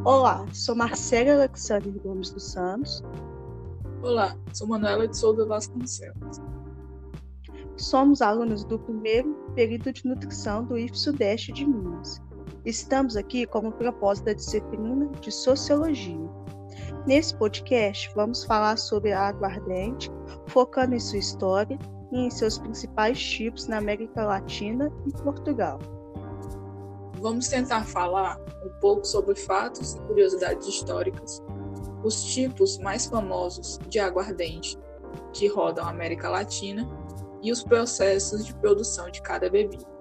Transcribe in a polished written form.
Olá, sou Marcela Alexandre Gomes dos Santos. Olá, sou Manuela de Souza Vasconcelos. Somos alunos do primeiro período de nutrição do IF-Sudeste de Minas. Estamos aqui como propósito da disciplina de Sociologia. Nesse podcast, vamos falar sobre a aguardente, focando em sua história e em seus principais tipos na América Latina e Portugal. Vamos tentar falar um pouco sobre fatos e curiosidades históricas, os tipos mais famosos de aguardente que rodam a América Latina e os processos de produção de cada bebida.